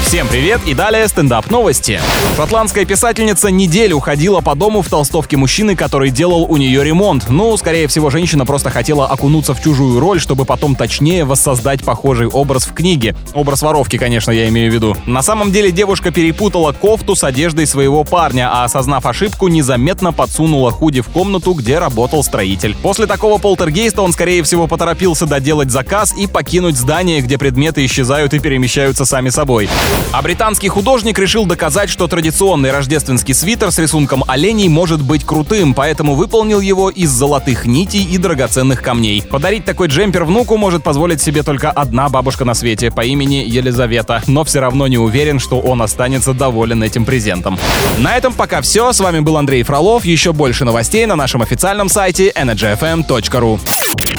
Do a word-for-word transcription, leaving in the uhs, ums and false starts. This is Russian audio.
Всем привет и далее стендап-новости. Шотландская писательница неделю ходила по дому в толстовке мужчины, который делал у нее ремонт. Ну, скорее всего, женщина просто хотела окунуться в чужую роль, чтобы потом точнее воссоздать похожий образ в книге. Образ воровки, конечно, я имею в виду. На самом деле девушка перепутала кофту с одеждой своего парня, а осознав ошибку, незаметно подсунула худи в комнату, где работал строитель. После такого полтергейста он, скорее всего, поторопился доделать заказ и покинуть здание, где предметы исчезают и перемещаются сами собой. А британский художник решил доказать, что традиционный рождественский свитер с рисунком оленей может быть крутым, поэтому выполнил его из золотых нитей и драгоценных камней. Подарить такой джемпер внуку может позволить себе только одна бабушка на свете по имени Елизавета, но все равно не уверен, что он останется доволен этим презентом. На этом пока все. С вами был Андрей Фролов. Еще больше новостей на нашем официальном сайте энерджи эф эм точка ру.